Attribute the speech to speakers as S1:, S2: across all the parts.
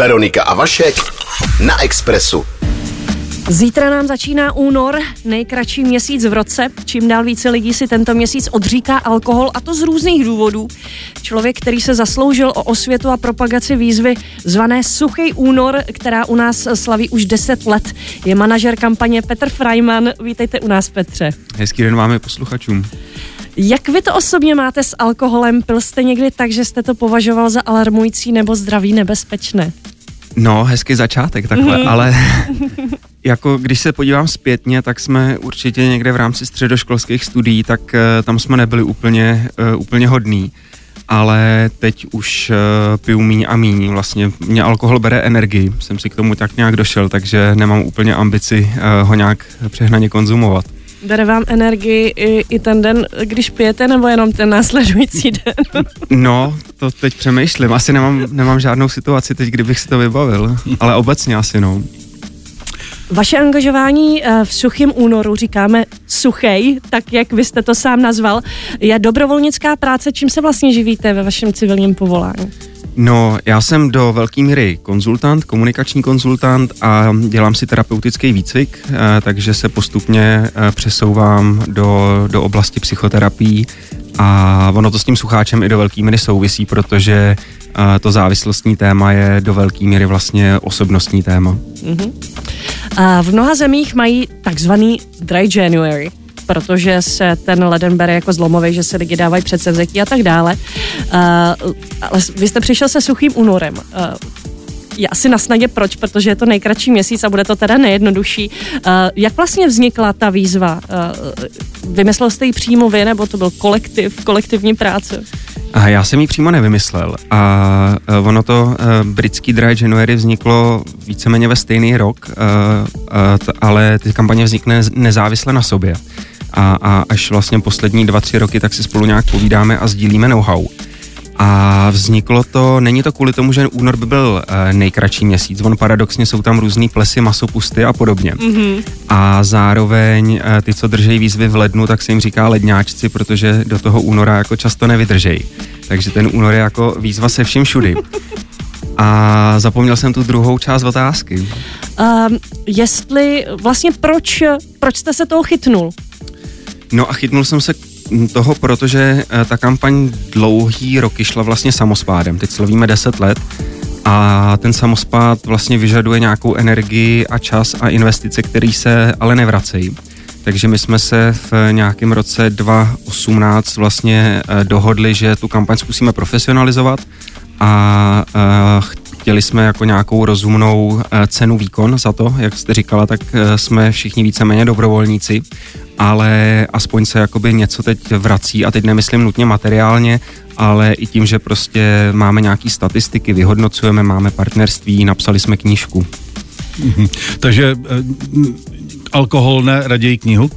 S1: Veronika a Vašek na Expressu.
S2: Zítra nám začíná únor, nejkratší měsíc v roce. Čím dál více lidí si tento měsíc odříká alkohol, a to z různých důvodů. Člověk, který se zasloužil o osvětu a propagaci výzvy zvané Suchý únor, která u nás slaví už 10 let, je manažer kampaně Petr Freiman. Vítejte u nás, Petře.
S3: Hezký den vám i posluchačům.
S2: Jak vy to osobně máte s alkoholem? Pil jste někdy tak, že jste to považoval za alarmující nebo zdraví nebezpečné?
S3: No, hezký začátek takhle, ale jako když se podívám zpětně, tak jsme určitě někde v rámci středoškolských studií, tak tam jsme nebyli úplně hodný. Ale teď už piju míň a míň, vlastně mě alkohol bere energii, jsem si k tomu tak nějak došel, takže nemám úplně ambici ho nějak přehnaně konzumovat.
S2: Bere vám energii i ten den, když pijete, nebo jenom ten následující den?
S3: No, to teď přemýšlím. Asi nemám žádnou situaci teď, kdybych si to vybavil, ale obecně asi no.
S2: Vaše angažování v suchém únoru, říkáme suchej, tak jak vy jste to sám nazval, je dobrovolnická práce. Čím se vlastně živíte ve vašem civilním povolání?
S3: No, já jsem do velké míry konzultant, komunikační konzultant a dělám si terapeutický výcvik, takže se postupně přesouvám do oblasti psychoterapií a ono to s tím sucháčem i do velké míry souvisí, protože to závislostní téma je do velké míry vlastně osobnostní téma. Mm-hmm.
S2: A v mnoha zemích mají takzvaný dry January, protože se ten leden bere jako zlomový, že se lidi dávají předsevzetí a tak dále. Ale vy jste přišel se suchým únorem. Je asi na snadě proč, protože je to nejkratší měsíc a bude to teda nejjednodušší. Jak vlastně vznikla ta výzva? Vymyslel jste ji přímo vy, nebo to byl kolektivní práce?
S3: Já jsem ji přímo nevymyslel a ono to britský Dry January vzniklo víceméně ve stejný rok, ale ty kampaně vznikne nezávisle na sobě. A až vlastně poslední 2-3 roky tak si spolu nějak povídáme a sdílíme know-how. A vzniklo to, není to kvůli tomu, že únor by byl nejkratší měsíc, on paradoxně jsou tam různý plesy, masopusty a podobně. Mm-hmm. A zároveň ty, co držejí výzvy v lednu, tak se jim říká ledňáčci, protože do toho února jako často nevydržejí. Takže ten únor je jako výzva se vším všudy. A zapomněl jsem tu druhou část otázky.
S2: Proč jste se toho chytnul?
S3: No a chytnul jsem se toho, protože ta kampaň dlouhý roky šla vlastně samospádem. Teď slavíme 10 let a ten samospád vlastně vyžaduje nějakou energii a čas a investice, které se ale nevracejí. Takže my jsme se v nějakém roce 2018 vlastně dohodli, že tu kampaň zkusíme profesionalizovat a chtěli jsme jako nějakou rozumnou cenu výkon za to, jak jste říkala, tak jsme všichni víceméně dobrovolníci, ale aspoň se jakoby něco teď vrací a teď nemyslím nutně materiálně, ale i tím, že prostě máme nějaký statistiky, vyhodnocujeme, máme partnerství, napsali jsme knížku.
S4: Takže alkohol ne, raději knihu?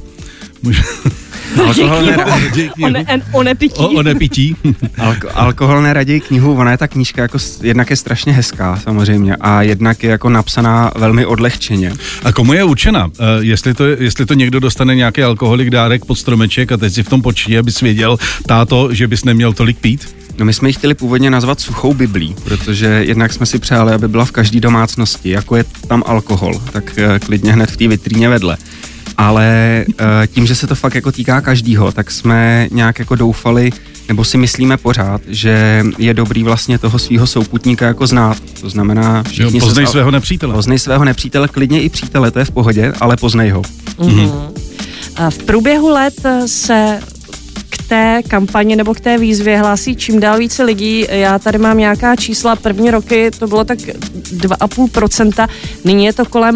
S3: Alkohol neraději knihu.
S2: O nepití.
S3: Alkohol neraději knihu, ona je ta knížka jako jednak je strašně hezká samozřejmě a jednak je jako napsaná velmi odlehčeně.
S4: A komu je určena? Jestli to někdo dostane nějaký alkoholik dárek pod stromeček a teď si v tom počítí, abys věděl, táto, že bys neměl tolik pít?
S3: No my jsme ji chtěli původně nazvat suchou biblí, protože jednak jsme si přáli, aby byla v každé domácnosti, jako je tam alkohol, tak klidně hned v té vitríně vedle. Ale tím, že se to fakt jako týká každýho, tak jsme nějak jako doufali, nebo si myslíme pořád, že je dobrý vlastně toho svýho souputníka jako znát. To znamená...
S4: Poznej svého nepřítele.
S3: Poznej svého nepřítele, klidně i přítele, to je v pohodě, ale poznej ho.
S2: Mm-hmm. A v průběhu let se k té kampani nebo k té výzvě hlásí čím dál více lidí. Já tady mám nějaká čísla, první roky to bylo tak 2,5%, nyní je to kolem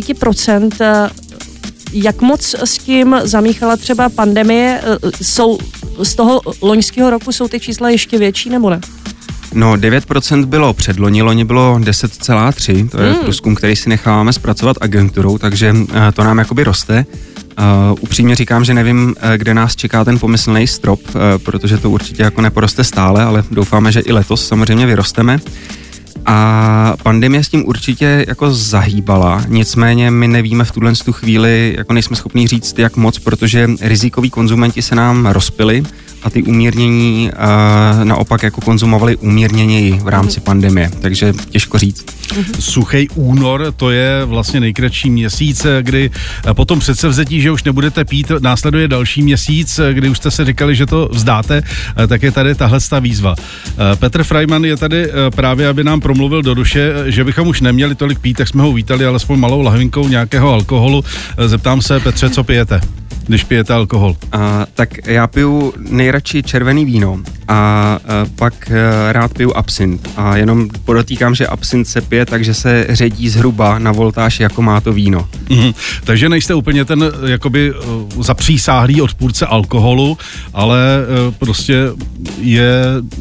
S2: 9%. Jak moc s tím zamíchala třeba pandemie? Z toho loňského roku jsou ty čísla ještě větší, nebo ne?
S3: No 9% bylo předloni, loni bylo 10,3, to je průzkum, který si necháváme zpracovat agenturou, takže to nám jakoby roste. Upřímně říkám, že nevím, kde nás čeká ten pomyslný strop, protože to určitě jako neporoste stále, ale doufáme, že i letos samozřejmě vyrosteme. A pandemie s tím určitě jako zahýbala, nicméně my nevíme v tu chvíli, jako nejsme schopni říct, jak moc, protože rizikoví konzumenti se nám rozpili a ty umírnění naopak jako konzumovali umírněněji v rámci pandemie, takže těžko říct.
S4: Suchý únor, to je vlastně nejkratší měsíc, kdy potom předsevzetí, že už nebudete pít, následuje další měsíc, kdy už jste se říkali, že to vzdáte, tak je tady tahle výzva. Petr Freiman je tady právě, aby nám promluvil do duše, že bychom už neměli tolik pít, tak jsme ho vítali alespoň malou lahvinkou nějakého alkoholu. Zeptám se, Petře, co pijete, když pijete alkohol?
S3: Tak já piju nejradši červený víno a pak rád piju absint. A jenom podotýkám, že absint se pije, takže se ředí zhruba na voltáž, jako má to víno.
S4: Takže nejste úplně ten jakoby zapřísáhlý odpůrce alkoholu, ale prostě je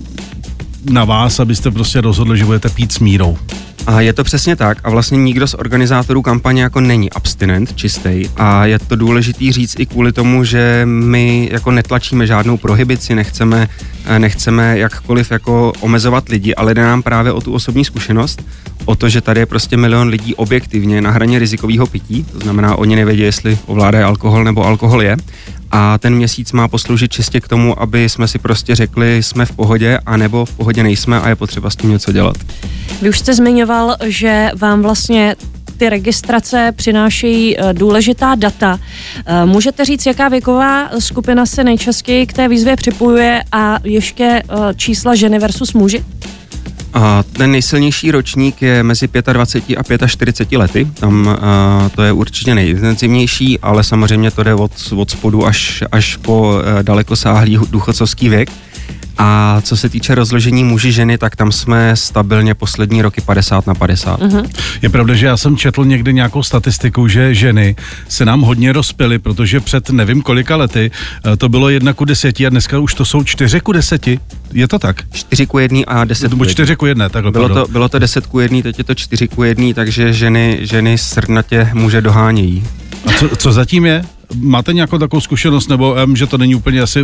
S4: na vás, abyste prostě rozhodli, že budete pít s mírou.
S3: A je to přesně tak a vlastně nikdo z organizátorů kampaně jako není abstinent čistý a je to důležitý říct i kvůli tomu, že my jako netlačíme žádnou prohibici, nechceme jakkoliv jako omezovat lidi, ale jde nám právě o tu osobní zkušenost, o to, že tady je prostě milion lidí objektivně na hraně rizikového pití, to znamená, oni nevědí, jestli ovládají alkohol nebo alkohol je. A ten měsíc má posloužit čistě k tomu, aby jsme si prostě řekli, jsme v pohodě, anebo v pohodě nejsme a je potřeba s tím něco dělat.
S2: Vy už jste zmiňoval, že vám vlastně ty registrace přinášejí důležitá data. Můžete říct, jaká věková skupina se nejčastěji k té výzvě připojuje a ještě čísla ženy versus muži?
S3: A ten nejsilnější ročník je mezi 25 a 45 lety, tam to je určitě nejintenzivnější, ale samozřejmě to jde od spodu až po dalekosáhlý důchodcovský věk. A co se týče rozložení muži ženy, tak tam jsme stabilně poslední roky 50/50.
S4: Je pravda, že já jsem četl někdy nějakou statistiku, že ženy se nám hodně rozpily, protože před nevím kolika lety to bylo 1:10 a dneska už to jsou 4:10. Je to tak?
S3: 4:1 a 10:1.
S4: 4:1, takhle.
S3: Bylo to 10:1, teď je to 4:1, takže ženy srdnatě muže dohánějí.
S4: A co zatím je? Máte nějakou takovou zkušenost, nebo že to není úplně asi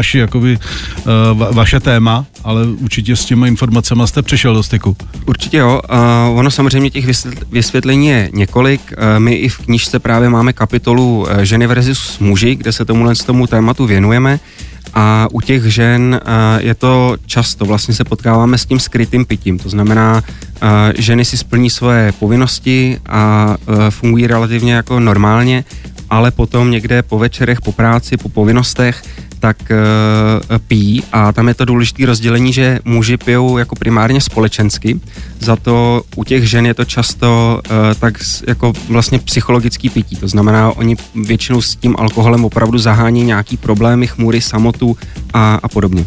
S4: vaše téma, ale určitě s těma informacemi jste přišel do styku.
S3: Určitě jo. Ono samozřejmě těch vysvětlení je několik. My i v knížce právě máme kapitolu ženy versus muži, kde se tomu tématu věnujeme. A u těch žen je to často, vlastně se potkáváme s tím skrytým pitím, to znamená, ženy si splní svoje povinnosti a fungují relativně jako normálně, ale potom někde po večerech, po práci, po povinnostech, tak pijí a tam je to důležité rozdělení, že muži pijou jako primárně společensky, za to u těch žen je to často tak jako vlastně psychologický pití, to znamená, oni většinou s tím alkoholem opravdu zahání nějaký problémy, chmůry, samotu a podobně.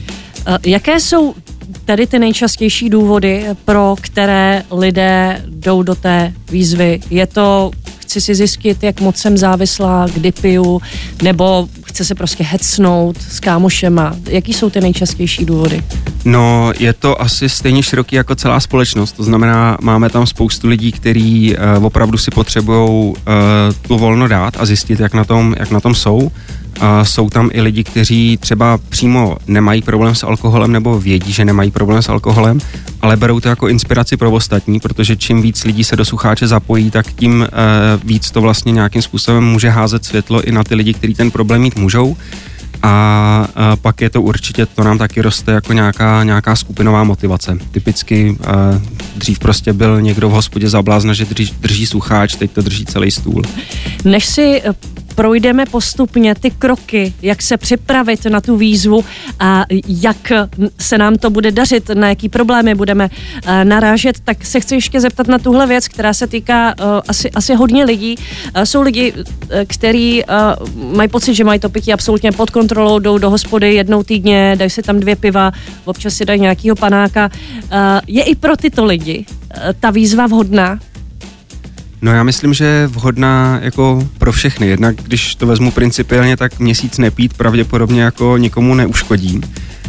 S2: Jaké jsou tady ty nejčastější důvody, pro které lidé jdou do té výzvy? Je to chci si zjistit, jak moc jsem závislá, kdy piju, nebo chce se prostě hecnout s kámošema. Jaký jsou ty nejčastější důvody?
S3: No, je to asi stejně široký jako celá společnost, to znamená, máme tam spoustu lidí, kteří opravdu si potřebujou tu volno dát a zjistit, jak na tom jsou. Jsou tam i lidi, kteří třeba přímo nemají problém s alkoholem nebo vědí, že nemají problém s alkoholem, ale berou to jako inspiraci pro ostatní, protože čím víc lidí se do Sucháče zapojí, tak tím víc to vlastně nějakým způsobem může házet světlo i na ty lidi, kteří ten problém mít můžou. A pak je to určitě, to nám taky roste jako nějaká skupinová motivace. Typicky dřív prostě byl někdo v hospodě za blázna, že drží Sucháč, teď to drží celý stůl.
S2: Než si projdeme postupně ty kroky, jak se připravit na tu výzvu a jak se nám to bude dařit, na jaký problémy budeme narážet, tak se chci ještě zeptat na tuhle věc, která se týká asi hodně lidí. Jsou lidi, kteří mají pocit, že mají to pití absolutně pod kontrolou, jdou do hospody jednou týdně, dají si tam 2 piva, občas si dají nějakýho panáka. Je i pro tyto lidi ta výzva vhodná?
S3: No já myslím, že je vhodná jako pro všechny. Jednak když to vezmu principiálně, tak měsíc nepít pravděpodobně jako nikomu neuškodí.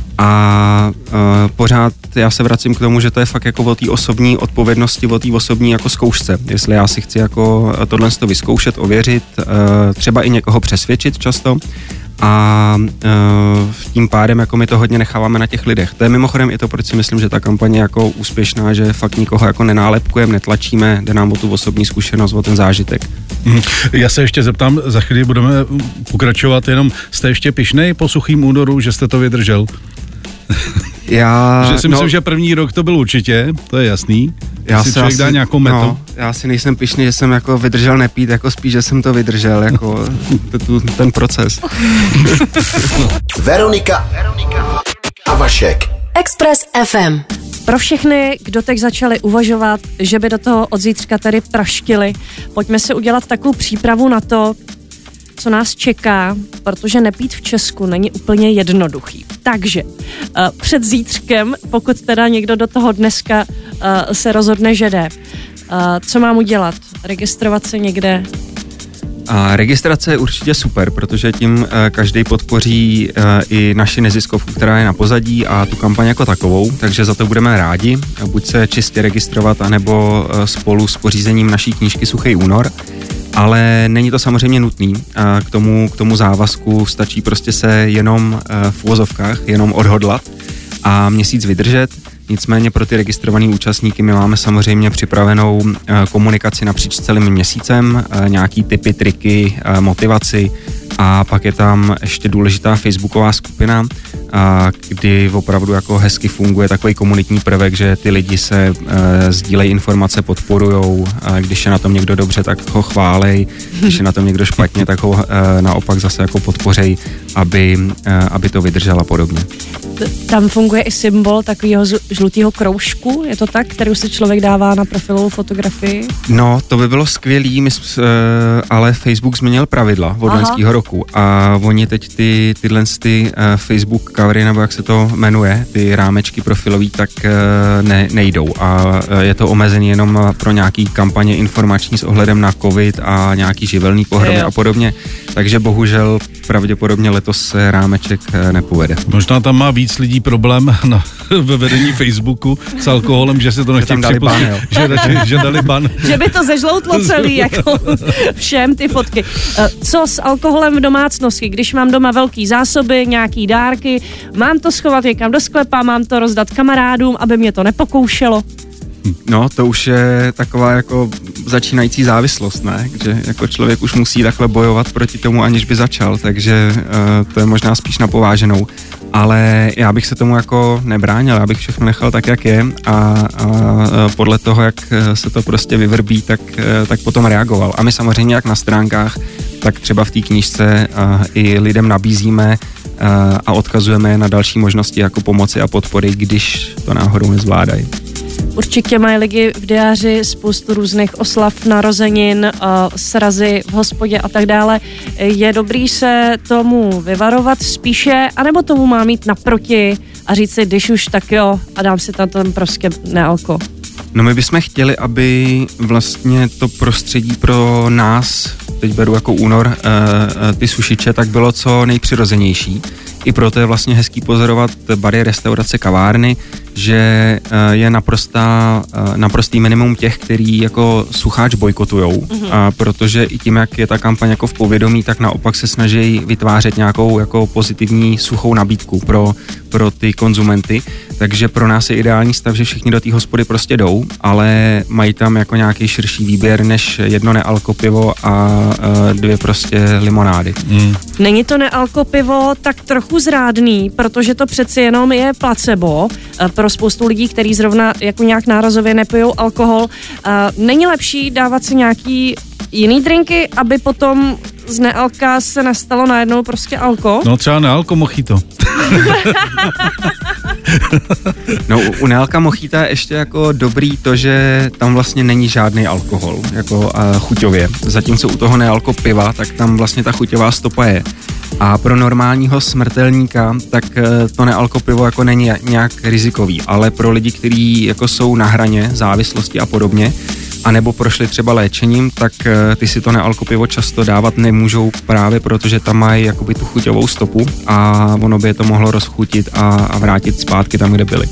S3: A pořád já se vracím k tomu, že to je fakt jako o té osobní odpovědnosti, o té osobní jako zkoušce. Jestli já si chci jako tohle vyzkoušet, ověřit, třeba i někoho přesvědčit často. A tím pádem jako my to hodně necháváme na těch lidech. To je mimochodem i to, proč si myslím, že ta kampaně je jako úspěšná, že fakt nikoho jako nenálepkujeme, netlačíme, jde nám o tu osobní zkušenost, o ten zážitek.
S4: Já se ještě zeptám, za chvíli budeme pokračovat, jenom jste ještě pyšnej po suchým únoru, že jste to vydržel? Že si myslím, že první rok to byl určitě, to je jasný. Já si člověk dá nějakou metu.
S3: No, já si nejsem pyšný, že jsem jako vydržel nepít, jako spíš, že jsem to vydržel, jako ten proces.
S1: Veronika a Vašek.
S5: Express FM.
S2: Pro všechny, kdo teď začali uvažovat, že by do toho od zítřka tady praštili, pojďme si udělat takovou přípravu na to, co nás čeká, protože nepít v Česku není úplně jednoduchý. Takže před zítřkem, pokud teda někdo do toho dneska se rozhodne, že jde, co mám udělat? Registrovat se někde?
S3: A registrace je určitě super, protože tím každý podpoří i naši neziskovku, která je na pozadí a tu kampaň jako takovou, takže za to budeme rádi. Buď se čistě registrovat, anebo spolu s pořízením naší knížky Suchý únor. Ale není to samozřejmě nutný. K tomu závazku stačí prostě se jenom v uvozovkách, jenom odhodlat a měsíc vydržet. Nicméně pro ty registrované účastníky my máme samozřejmě připravenou komunikaci napříč celým měsícem, nějaký tipy, triky, motivaci a pak je tam ještě důležitá facebooková skupina, kdy opravdu jako hezky funguje takový komunitní prvek, že ty lidi se sdílejí informace, podporujou, když je na tom někdo dobře, tak ho chválej, když je na tom někdo špatně, tak ho naopak zase jako podpořej, aby to vydržel a podobně.
S2: Tam funguje i symbol takového žlutého kroužku, je to tak, který si člověk dává na profilovou fotografii?
S3: No, to by bylo skvělý, ale Facebook změnil pravidla od loňského roku a oni teď tyhle Facebook covery, nebo jak se to jmenuje, ty rámečky profilový, tak nejdou a je to omezený jenom pro nějaký kampaně informační s ohledem na covid a nějaký živelný pohromy a podobně, takže bohužel pravděpodobně letos se rámeček nepovede.
S4: Možná tam má víc lidí problém ve vedení Facebooku s alkoholem, že se to nechtějí připustit, že dali ban.
S2: Že by to zežloutlo celý, jako všem ty fotky. Co s alkoholem v domácnosti? Když mám doma velký zásoby, nějaký dárky, mám to schovat někam do sklepa, mám to rozdat kamarádům, aby mě to nepokoušelo?
S3: No, to už je taková jako začínající závislost, ne? Že jako člověk už musí takhle bojovat proti tomu, aniž by začal, takže to je možná spíš na pováženou. Ale já bych se tomu jako nebránil, já bych všechno nechal tak, jak je a podle toho, jak se to prostě vyvrbí, tak potom reagoval. A my samozřejmě jak na stránkách, tak třeba v té knížce i lidem nabízíme a odkazujeme na další možnosti jako pomoci a podpory, když to náhodou nezvládají.
S2: Určitě mají lidi v diáři spoustu různých oslav, narozenin, srazy v hospodě a tak dále. Je dobrý se tomu vyvarovat spíše, anebo tomu má mít naproti a říct si, když už, tak jo, a dám si tam prostě nealko.
S3: No my bychom chtěli, aby vlastně to prostředí pro nás, teď beru jako únor, ty sušiče, tak bylo co nejpřirozenější. I proto je vlastně hezký pozorovat bary, restaurace, kavárny, že je naprostý minimum těch, který jako sucháč bojkotujou, protože i tím, jak je ta kampaň jako v povědomí, tak naopak se snaží vytvářet nějakou jako pozitivní suchou nabídku pro ty konzumenty, takže pro nás je ideální stav, že všichni do té hospody prostě jdou, ale mají tam jako nějaký širší výběr než jedno nealko pivo a 2 prostě limonády.
S2: Není to nealko pivo tak trochu zrádný, protože to přeci jenom je placebo pro spoustu lidí, kteří zrovna jako nějak nárazově nepijou alkohol. Není lepší dávat si nějaký jiný drinky, aby potom z nealka se nestalo najednou prostě alko?
S4: No třeba nealko mojito.
S3: No u nealka mojita je ještě jako dobrý to, že tam vlastně není žádný alkohol, jako chuťově. Zatímco u toho nealko piva, tak tam vlastně ta chuťová stopa je. A pro normálního smrtelníka, tak to nealko pivo jako není nějak rizikový, ale pro lidi, kteří jako jsou na hraně závislosti a podobně, anebo prošli třeba léčením, tak ty si to nealko pivo často dávat nemůžou právě protože tam mají jakoby tu chuťovou stopu a ono by je to mohlo rozchutit a vrátit zpátky tam, kde byli.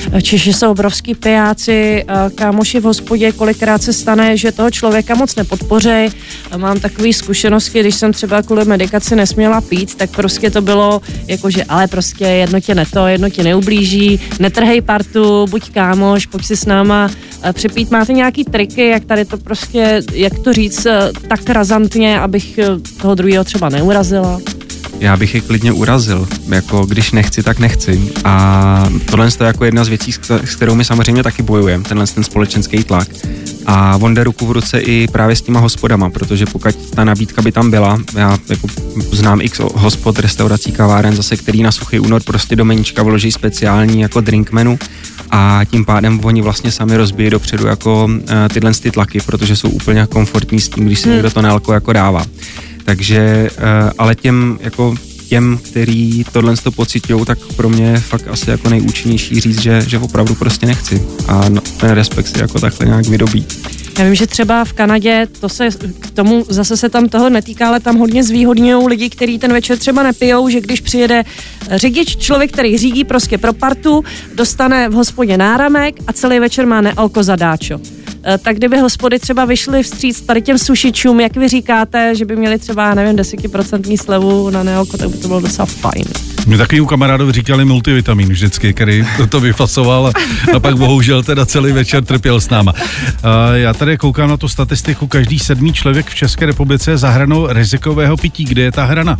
S2: Češi jsou obrovský pijáci, kámoši v hospodě, kolikrát se stane, že toho člověka moc nepodpořejí. Mám takový zkušenosti, když jsem třeba kvůli medikaci nesměla pít, tak prostě to bylo jakože, ale prostě jedno tě neublíží, netrhej partu, buď kámoš, pojď si s náma připít. Máte nějaký triky, jak tady to prostě, jak to říct tak razantně, abych toho druhého třeba neurazila?
S3: Já bych je klidně urazil, jako když nechci, tak nechci. A tohle je jako jedna z věcí, s kterou my samozřejmě taky bojujeme, ten společenský tlak. A on jde ruku v ruce i právě s těma hospodama, protože pokud ta nabídka by tam byla, já jako znám x hospod, restaurací, kaváren, zase který na suchý únor prostě do meníčka vloží speciální jako drink menu a tím pádem oni vlastně sami rozbijí dopředu jako tyhle ty tlaky, protože jsou úplně komfortní s tím, když si někdo to nealko jako dává. Takže, ale těm, který tohle to pocitujou, tak pro mě je fakt asi jako nejúčinnější říct, že opravdu prostě nechci. A ten respekt si jako takhle nějak vydobí.
S2: Já vím, že třeba v Kanadě to se k tomu zase se tam toho netýká, ale tam hodně zvýhodňují lidi, kteří ten večer třeba nepijou, že když přijede řidič, člověk, který řídí prostě pro partu, dostane v hospodě náramek a celý večer má nealko zadáčo. Tak kdyby hospody třeba vyšly vstříc tady těm sušičům, jak vy říkáte, že by měli třeba, nevím, 10% slevu na nealko, tak by to bylo docela fajn.
S4: Mě takový kamarádovi říkali multivitamin vždycky, který to vyfasoval a pak bohužel teda celý večer trpěl s náma. Já tady koukám na tu statistiku, každý 7. člověk v České republice je za hranou rizikového pití. Kde je ta hrana?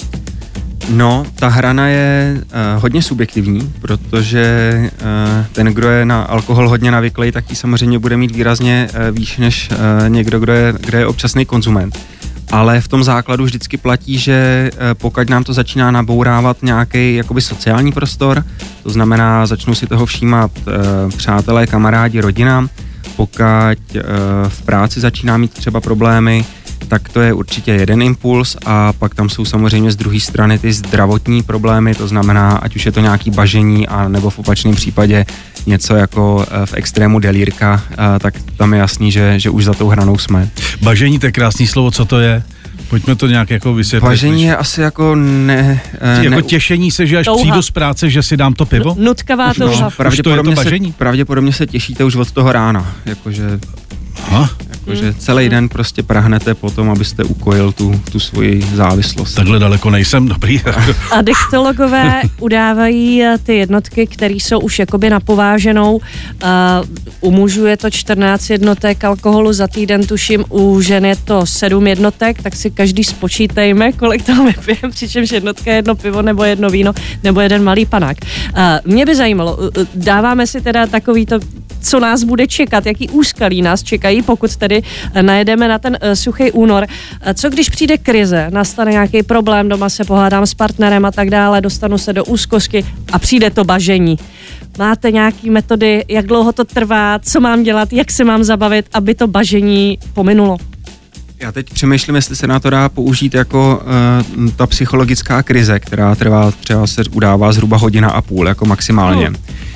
S3: No, ta hrana je hodně subjektivní, protože ten, kdo je na alkohol hodně navyklý, tak ji samozřejmě bude mít výrazně výš než někdo, kdo je občasný konzument. Ale v tom základu vždycky platí, že pokud nám to začíná nabourávat nějaký jakoby sociální prostor, to znamená, začnou si toho všímat přátelé, kamarádi, rodina, pokud v práci začíná mít třeba problémy, tak to je určitě jeden impuls a pak tam jsou samozřejmě z druhé strany ty zdravotní problémy, to znamená, ať už je to nějaký bažení a nebo v opačném případě něco jako v extrému delírka, tak tam je jasný, že už za tou hranou jsme.
S4: Bažení, to je krásný slovo, co to je? Pojďme to nějak jako vysvětlit.
S3: Bažení je asi jako
S4: jako těšení se, že až touha. Přijdu z práce, že si dám to pivo?
S2: Nutkavá touha.
S3: Pravděpodobně se těšíte už od toho rána, jakože celý den prostě prahnete po tom, abyste ukojil tu svoji závislost.
S4: Takhle daleko nejsem, dobrý.
S2: Adiktologové udávají ty jednotky, které jsou už jakoby napováženou. U mužů je to 14 jednotek alkoholu za týden, tuším, u žen je to 7 jednotek, tak si každý spočítejme, kolik toho vypijeme, přičemž jednotka je jedno pivo, nebo jedno víno, nebo jeden malý panák. Mě by zajímalo, dáváme si teda takovýto, co nás bude čekat, jaký úskalí nás čekají, pokud tedy najedeme na ten suchý únor. Co když přijde krize, nastane nějaký problém, doma se pohádám s partnerem a tak dále, dostanu se do úzkosti a přijde to bažení. Máte nějaký metody, jak dlouho to trvá, co mám dělat, jak se mám zabavit, aby to bažení pominulo?
S3: Já teď přemýšlím, jestli se na to dá použít jako ta psychologická krize, která trvá, třeba se udává zhruba 1,5 hodiny, jako maximálně.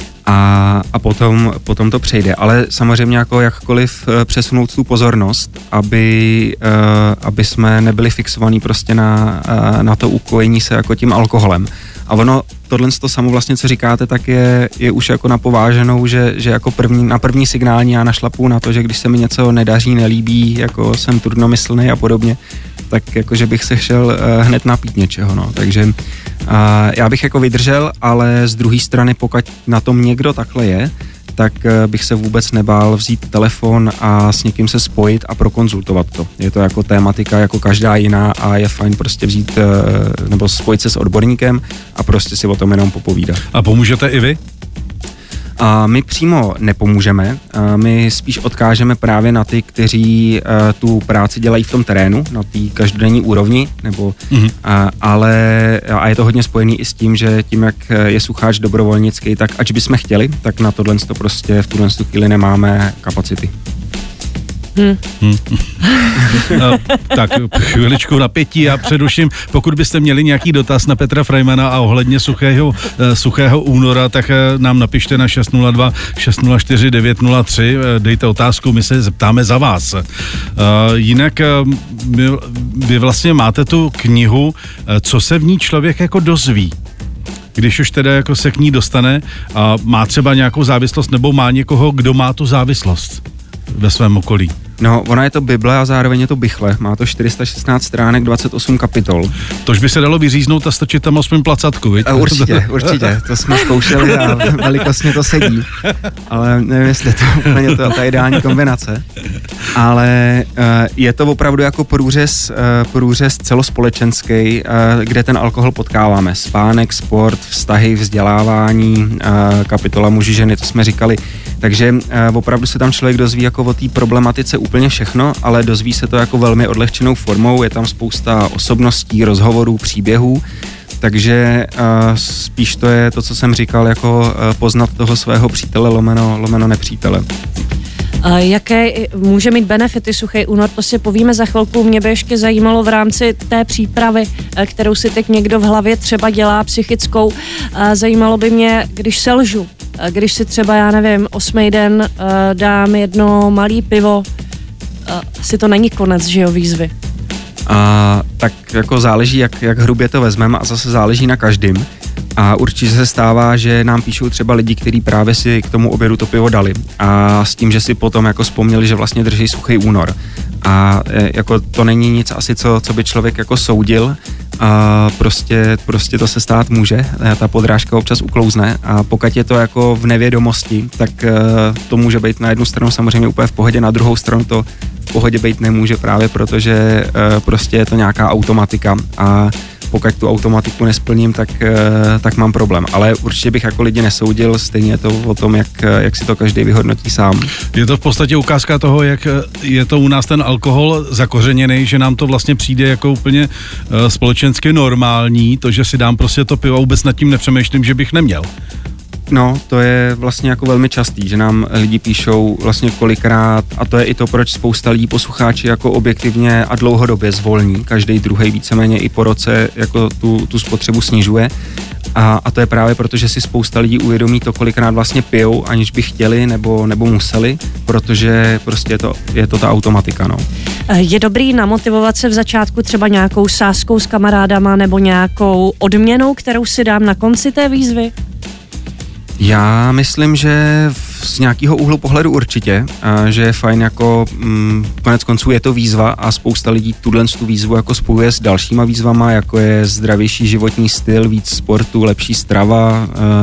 S3: A potom to přejde. Ale samozřejmě jako jakkoliv přesunout tu pozornost, aby jsme nebyli fixovaní prostě na to ukojení se jako tím alkoholem. A ono, tohle to samo vlastně, co říkáte, tak je už jako napováženou, že jako na první signální já našlapu na to, že když se mi něco nedaří, nelíbí, jako jsem trudnomyslný a podobně, tak jako, že bych se šel hned napít něčeho, no. Takže já bych jako vydržel, ale z druhé strany, pokud na tom někdo takhle je, tak bych se vůbec nebál vzít telefon a s někým se spojit a prokonzultovat to. Je to jako tématika jako každá jiná a je fajn prostě vzít nebo spojit se s odborníkem a prostě si o tom jenom popovídat. A
S4: pomůžete i vy?
S3: A my přímo nepomůžeme, my spíš odkážeme právě na ty, kteří tu práci dělají v tom terénu, na té každodenní úrovni, nebo, ale je to hodně spojený i s tím, že tím, jak je sucháč dobrovolnický, tak ač bychom chtěli, tak na tohle to prostě v tuhle chvíli nemáme kapacity.
S4: Tak chviličku napětí a předuším, pokud byste měli nějaký dotaz na Petra Freimana a ohledně suchého února, tak nám napište na 602 604 903, dejte otázku, my se zeptáme za vás. Jinak vy vlastně máte tu knihu, co se v ní člověk jako dozví. když už teda jako se k ní dostane a má třeba nějakou závislost nebo má někoho, kdo má tu závislost ve svém okolí?
S3: No, ona je to Bible a zároveň je to Bichle. Má to 416 stránek, 28 kapitol.
S4: Tož by se dalo vyříznout a strčit tam aspoň placatku, viď?
S3: Určitě. To jsme zkoušeli a velikostně to sedí. Ale nevím, jestli to úplně ta ideální kombinace. Ale je to opravdu jako průřez celospolečenský, kde ten alkohol potkáváme. Spánek, sport, vztahy, vzdělávání, kapitola muži, ženy, to jsme říkali. Takže opravdu se tam člověk dozví jako o té problematice úplně všechno, ale dozví se to jako velmi odlehčenou formou, je tam spousta osobností, rozhovorů, příběhů, takže spíš to je to, co jsem říkal, jako poznat toho svého přítele lomeno nepřítele.
S2: Jaké může mít benefity Suchý únor, to si povíme za chvilku. Mě by ještě zajímalo v rámci té přípravy, kterou si teď někdo v hlavě třeba dělá psychickou, zajímalo by mě, když selžu, když si třeba, já nevím, 8. den dám jedno malý pivo, asi to není konec, že jo, výzvy.
S3: Tak jako záleží, jak hrubě to vezmeme a zase záleží na každým. A určitě se stává, že nám píšou třeba lidi, kteří právě si k tomu obědu to pivo dali a s tím, že si potom jako vzpomněli, že vlastně drží Suchý únor. A jako to není nic asi, co by člověk jako soudil, a prostě to se stát může, ta podrážka občas uklouzne a pokud je to jako v nevědomosti, tak to může být na jednu stranu samozřejmě úplně v pohodě, na druhou stranu to v pohodě být nemůže právě protože prostě je to nějaká automatika a pokud tu automatiku nesplním, tak mám problém. Ale určitě bych jako lidi nesoudil, stejně je to o tom, jak si to každý vyhodnotí sám.
S4: Je to v podstatě ukázka toho, jak je to u nás ten alkohol zakořeněný, že nám to vlastně přijde jako úplně společensky normální, to, že si dám prostě to pivo, vůbec nad tím nepřemýšlím, že bych neměl.
S3: No, to je vlastně jako velmi častý, že nám lidi píšou vlastně kolikrát, a to je i to, proč spousta lidí posluchači jako objektivně a dlouhodobě zvolní, každý druhý víceméně i po roce jako tu spotřebu snižuje. A to je právě proto, že si spousta lidí uvědomí to, kolikrát vlastně pijou, aniž by chtěli nebo museli, protože prostě je to ta automatika, no.
S2: Je dobrý namotivovat se v začátku třeba nějakou sázkou s kamarádama nebo nějakou odměnou, kterou si dám na konci té výzvy?
S3: Já myslím, že z nějakého úhlu pohledu určitě, že je fajn jako konec konců je to výzva a spousta lidí tu výzvu jako spojuje s dalšíma výzvama, jako je zdravější životní styl, víc sportu, lepší strava,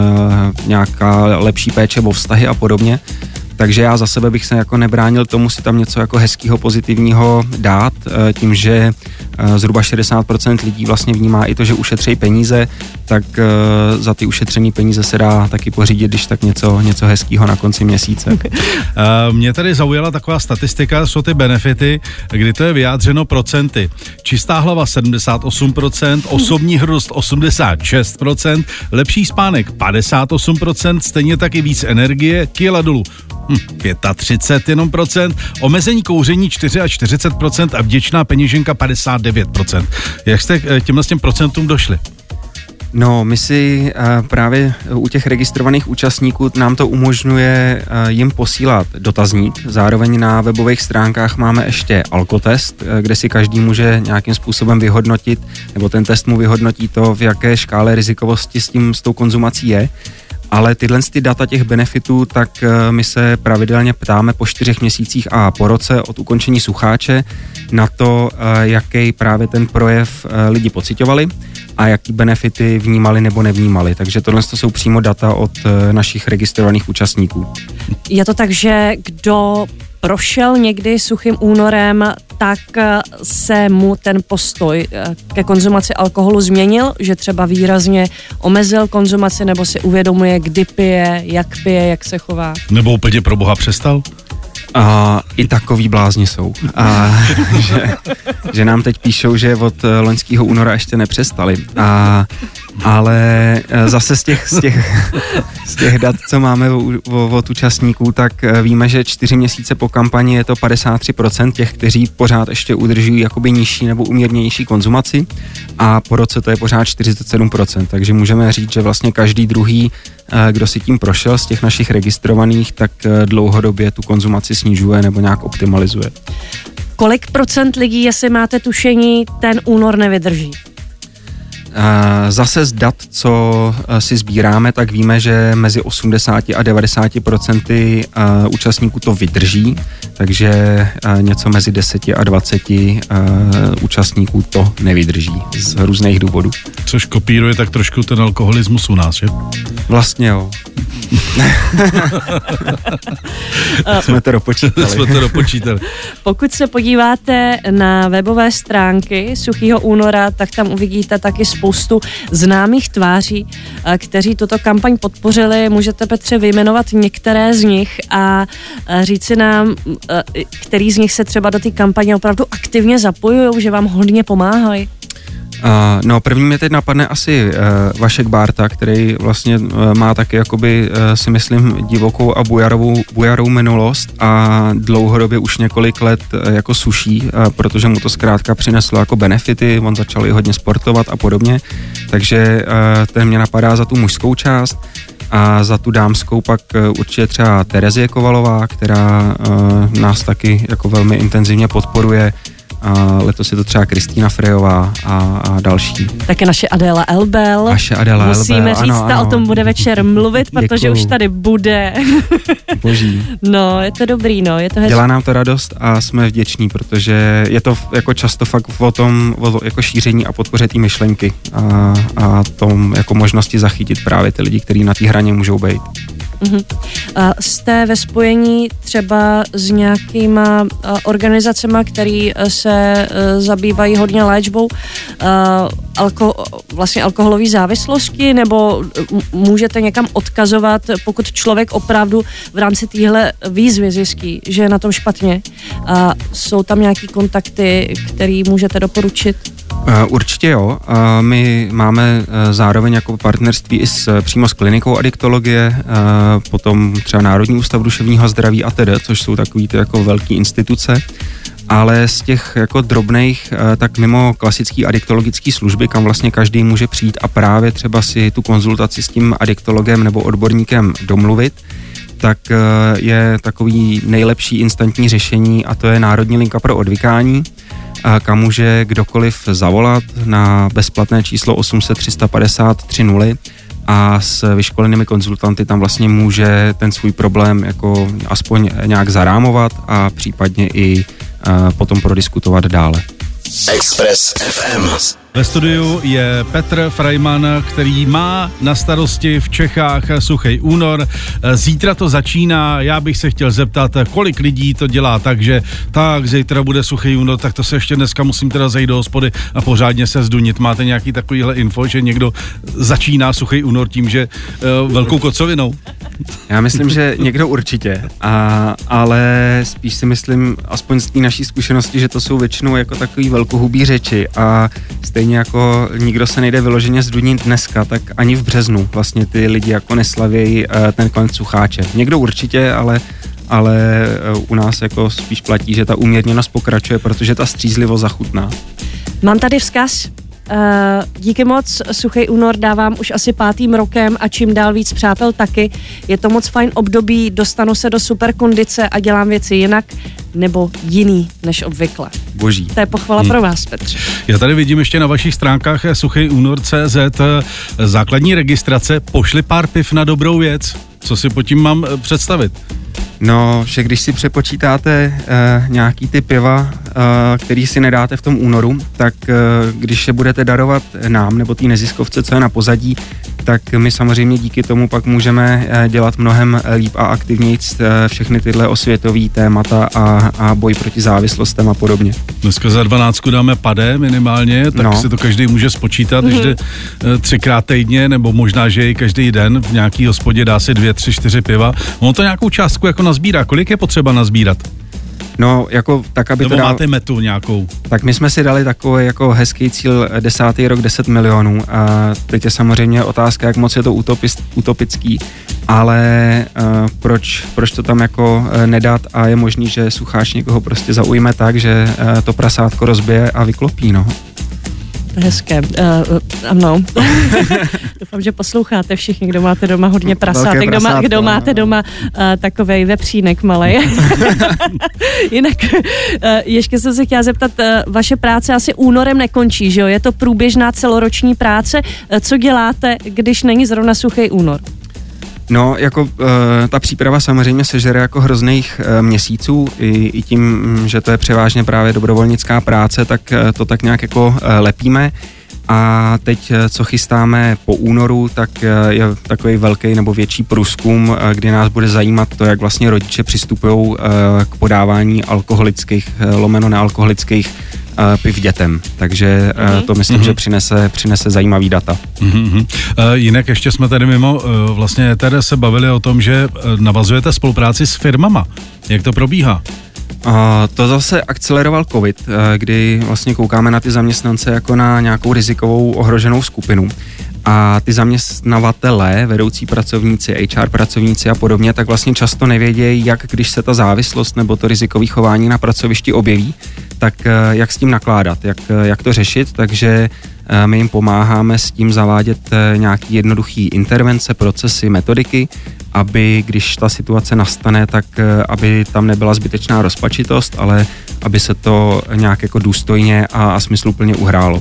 S3: nějaká lepší péče o vztahy a podobně. Takže já za sebe bych se jako nebránil tomu si tam něco jako hezkýho, pozitivního dát, tím, že zhruba 60% lidí vlastně vnímá i to, že ušetří peníze, tak za ty ušetřený peníze se dá taky pořídit, když tak něco hezkýho na konci měsíce.
S4: Mě tady zaujala taková statistika, jsou ty benefity, kdy to je vyjádřeno procenty. Čistá hlava 78%, osobní hrdost 86%, lepší spánek 58%, stejně taky víc energie, těla dolů 35 jenom procent, omezení kouření 44% a vděčná peněženka 59%. Jak jste k těmhle procentům došli?
S3: No, my si právě u těch registrovaných účastníků nám to umožňuje jim posílat dotazník. Zároveň na webových stránkách máme ještě alkotest, kde si každý může nějakým způsobem vyhodnotit, nebo ten test mu vyhodnotí to, v jaké škále rizikovosti s tou konzumací je. Ale tyhle data těch benefitů, tak my se pravidelně ptáme po 4 měsících a po roce od ukončení sucháče na to, jaký právě ten projev lidi pociťovali a jaký benefity vnímali nebo nevnímali. Takže tohle jsou přímo data od našich registrovaných účastníků.
S2: Je to tak, že kdo prošel někdy Suchým únorem, tak se mu ten postoj ke konzumaci alkoholu změnil, že třeba výrazně omezil konzumaci nebo si uvědomuje, kdy pije, jak se chová? Nebo
S4: úplně pro boha přestal?
S3: I takový blázni jsou. Že nám teď píšou, že od loňského února ještě nepřestali. Ale zase z těch dat, co máme od účastníků, tak víme, že 4 měsíce po kampani je to 53% těch, kteří pořád ještě udržují jakoby nižší nebo umírnější konzumaci a po roce to je pořád 47%. Takže můžeme říct, že vlastně každý druhý, kdo si tím prošel z těch našich registrovaných, tak dlouhodobě tu konzumaci snižuje nebo nějak optimalizuje.
S2: Kolik procent lidí, jestli máte tušení, ten únor nevydrží?
S3: Zase z dat, co si sbíráme, tak víme, že mezi 80 a 90% účastníků to vydrží, takže něco mezi 10 a 20 účastníků to nevydrží z různých důvodů.
S4: Což kopíruje tak trošku ten alkoholismus u nás, že?
S3: Vlastně jo. Jsme to dopočítali.
S2: Pokud se podíváte na webové stránky Suchýho února, tak tam uvidíte taky spoustu známých tváří, kteří tuto kampaň podpořili. Můžete, Petře, vyjmenovat některé z nich a říci nám, který z nich se třeba do té kampaně opravdu aktivně zapojují, že vám hodně pomáhají.
S3: No, první mě teď napadne asi Vašek Bárta, který vlastně má taky jakoby si myslím divokou a bujarou minulost a dlouhodobě už několik let jako suší, protože mu to zkrátka přineslo jako benefity, on začal i hodně sportovat a podobně, takže ten mě napadá za tu mužskou část. A za tu dámskou pak určitě třeba Terezie Kovalová, která nás taky jako velmi intenzivně podporuje. A letos je to třeba Kristýna Frejová a další.
S2: Také naše Adéla Elbel. Musíme říct, ano, o tom bude večer mluvit, protože už tady bude.
S3: Boží.
S2: No, je to dobrý, no, je to hezké.
S3: Dělá nám to radost a jsme vděční, protože je to jako často fakt o tom jako šíření a podpoře té myšlenky a tom jako možnosti zachytit právě ty lidi, kteří na té hraně můžou být.
S2: Uh-huh. Jste ve spojení třeba s nějakýma organizacemi, které se zabývají hodně léčbou vlastně alkoholové závislosti, nebo můžete někam odkazovat, pokud člověk opravdu v rámci téhle výzvy zjistí, že je na tom špatně? Jsou tam nějaký kontakty, který můžete doporučit?
S3: Určitě jo. My máme zároveň jako partnerství i přímo s klinikou adiktologie, potom třeba Národní ústav duševního zdraví a tedy, což jsou takový ty jako velký instituce. Ale z těch jako drobných, tak mimo klasický adiktologický služby, kam vlastně každý může přijít a právě třeba si tu konzultaci s tím adiktologem nebo odborníkem domluvit, tak je takový nejlepší instantní řešení a to je Národní linka pro odvykání, kam může kdokoliv zavolat na bezplatné číslo 800 350 30 a s vyškolenými konzultanty tam vlastně může ten svůj problém jako aspoň nějak zarámovat a případně i potom prodiskutovat dále.
S1: Express FM.
S4: Ve studiu je Petr Frajman, který má na starosti v Čechách Suchý únor. Zítra to začíná, já bych se chtěl zeptat, kolik lidí to dělá tak zítra bude Suchý únor, tak to se ještě dneska musím teda zajít do hospody a pořádně se zdunit. Máte nějaký takovýhle info, že někdo začíná Suchý únor tím, že velkou kocovinou?
S3: Já myslím, že někdo určitě, ale spíš si myslím, aspoň z té naší zkušenosti, že to jsou většinou jako takový velkohubý řeči a stejně jako nikdo se nejde vyloženě zdunit dneska, tak ani v březnu vlastně ty lidi jako neslavějí ten konec sucháče. Někdo určitě, ale u nás jako spíš platí, že ta umírněnost pokračuje, protože ta střízlivost zachutná.
S2: Mám tady vzkaz. Díky moc, Suchý únor dávám už asi 5. rokem a čím dál víc přátel taky. Je to moc fajn období, dostanu se do super kondice a dělám věci jinak nebo jiný než obvykle.
S3: Boží.
S2: To je pochvala pro vás, Petře.
S4: Já tady vidím ještě na vašich stránkách suchýúnor.cz základní registrace, pošli pár piv na dobrou věc. Co si pod tím mám představit?
S3: No, že když si přepočítáte nějaký ty piva, který si nedáte v tom únoru, tak když je budete darovat nám nebo té neziskovce, co je na pozadí, tak my samozřejmě díky tomu pak můžeme dělat mnohem líp a aktivněji všechny tyhle osvětový témata a boj proti závislostem a podobně.
S4: Dneska za 12 dáme padé minimálně, tak si to každý může spočítat, když jde 3krát týdně, nebo možná, že i každý den v nějaký hospodě dá si 2, 3, 4 piva. On to nějakou částku jako nazbírá. Kolik je potřeba nazbírat?
S3: No, jako tak, aby
S4: nebo to máte metu nějakou?
S3: Tak my jsme si dali takový jako hezký cíl 10. rok 10 milionů a teď je samozřejmě otázka, jak moc je to utopický, ale proč to tam jako nedat a je možný, že sucháč někoho prostě zaujme tak, že to prasátko rozbije a vyklopí, no.
S2: to je hezké. Ano. Doufám, že posloucháte všichni, kdo máte doma hodně prasátek, kdo máte doma takovej vepřínek malej. Jinak ještě jsem se chtěla zeptat, vaše práce asi únorem nekončí, že jo? Je to průběžná celoroční práce. Co děláte, když není zrovna suchý únor?
S3: No, jako ta příprava samozřejmě sežere jako hrozných měsíců, i tím, že to je převážně právě dobrovolnická práce, tak to tak nějak jako lepíme. A teď, co chystáme po únoru, tak je takový velký nebo větší průzkum, kdy nás bude zajímat to, jak vlastně rodiče přistupují k podávání alkoholických, nealkoholických piv dětem. Takže to myslím, že přinese zajímavý data.
S4: Jinak ještě jsme tady mimo vlastně tady se bavili o tom, že navazujete spolupráci s firmama. Jak to probíhá?
S3: To zase akceleroval covid, kdy vlastně koukáme na ty zaměstnance jako na nějakou rizikovou ohroženou skupinu. A ty zaměstnavatelé, vedoucí pracovníci, HR pracovníci a podobně, tak vlastně často nevědějí, jak když se ta závislost nebo to rizikové chování na pracovišti objeví, tak jak s tím nakládat, jak to řešit, takže my jim pomáháme s tím zavádět nějaký jednoduchý intervence, procesy, metodiky, aby když ta situace nastane, tak aby tam nebyla zbytečná rozpačitost, ale aby se to nějak jako důstojně a smysluplně uhrálo.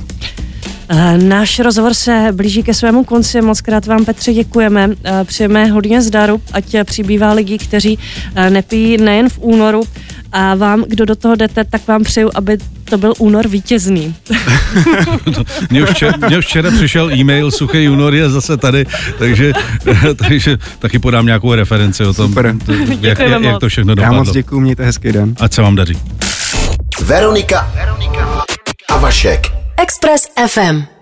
S2: Náš rozhovor se blíží ke svému konci. Mockrát vám, Petře, děkujeme. Přejeme hodně zdaru, ať přibývá lidí, kteří nepijí nejen v únoru. A vám, kdo do toho jdete, tak vám přeju, aby to byl únor vítězný.
S4: Mně už včera přišel e-mail, suchý únor je zase tady, takže taky podám nějakou referenci o tom, jak to všechno dopadlo.
S3: Já moc děkuju, mějte hezký den.
S4: Ať se vám daří.
S1: Veronika a Vašek.
S5: Express FM.